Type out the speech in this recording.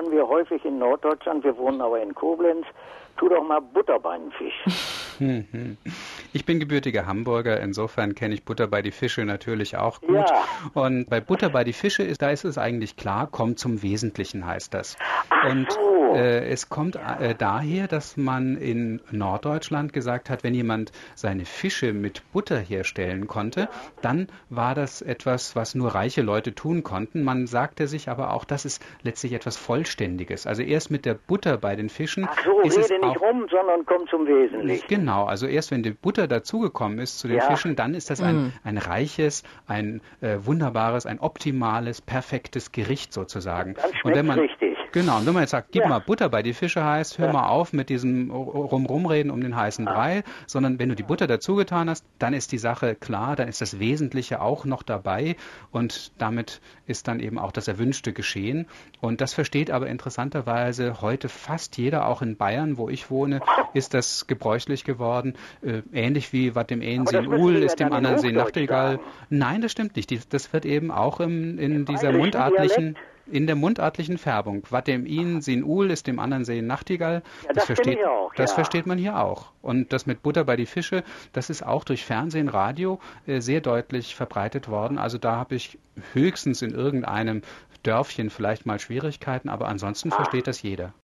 hören wir häufig in Norddeutschland, wir wohnen aber in Koblenz, tu doch mal Butter bei den Fisch. Ich bin gebürtiger Hamburger, insofern kenne ich Butter bei die Fische natürlich auch gut. Ja. Und bei Butter bei die Fische ist es eigentlich klar, komm zum Wesentlichen heißt das. Ach Und so. es kommt daher, dass man in Norddeutschland gesagt hat, wenn jemand seine Fische mit Butter herstellen konnte, dann war das etwas, was nur reiche Leute tun konnten. Man sagte sich aber auch, das ist letztlich etwas Vollständiges. Also erst mit der Butter bei den Fischen Ach so, ist es rede nicht rum, sondern komm zum Wesentlichen. Genau, also erst wenn die Butter dazugekommen ist zu den Fischen, dann ist das ein reiches, ein wunderbares, ein optimales, perfektes Gericht sozusagen. Dann schmeckt's richtig. Genau, und wenn man jetzt sagt, gib mal Butter bei die Fische heißt, hör mal auf mit diesem Rumreden um den heißen Brei, sondern wenn du die Butter dazu getan hast, dann ist die Sache klar, dann ist das Wesentliche auch noch dabei und damit ist dann eben auch das Erwünschte geschehen. Und das versteht aber interessanterweise heute fast jeder, auch in Bayern, wo ich wohne, ist das gebräuchlich geworden. Ähnlich wie was dem einen sehen Uhl ist, dem anderen sehen Nachtigall. Nein, das stimmt nicht. Das wird eben auch in dieser mundartlichen... In der mundartlichen Färbung. Was dem einen sehen Uhl ist, dem anderen sehen Nachtigall. Ja, das versteht man hier auch. Und das mit Butter bei die Fische, das ist auch durch Fernsehen, Radio sehr deutlich verbreitet worden. Also da habe ich höchstens in irgendeinem Dörfchen vielleicht mal Schwierigkeiten, aber ansonsten versteht das jeder.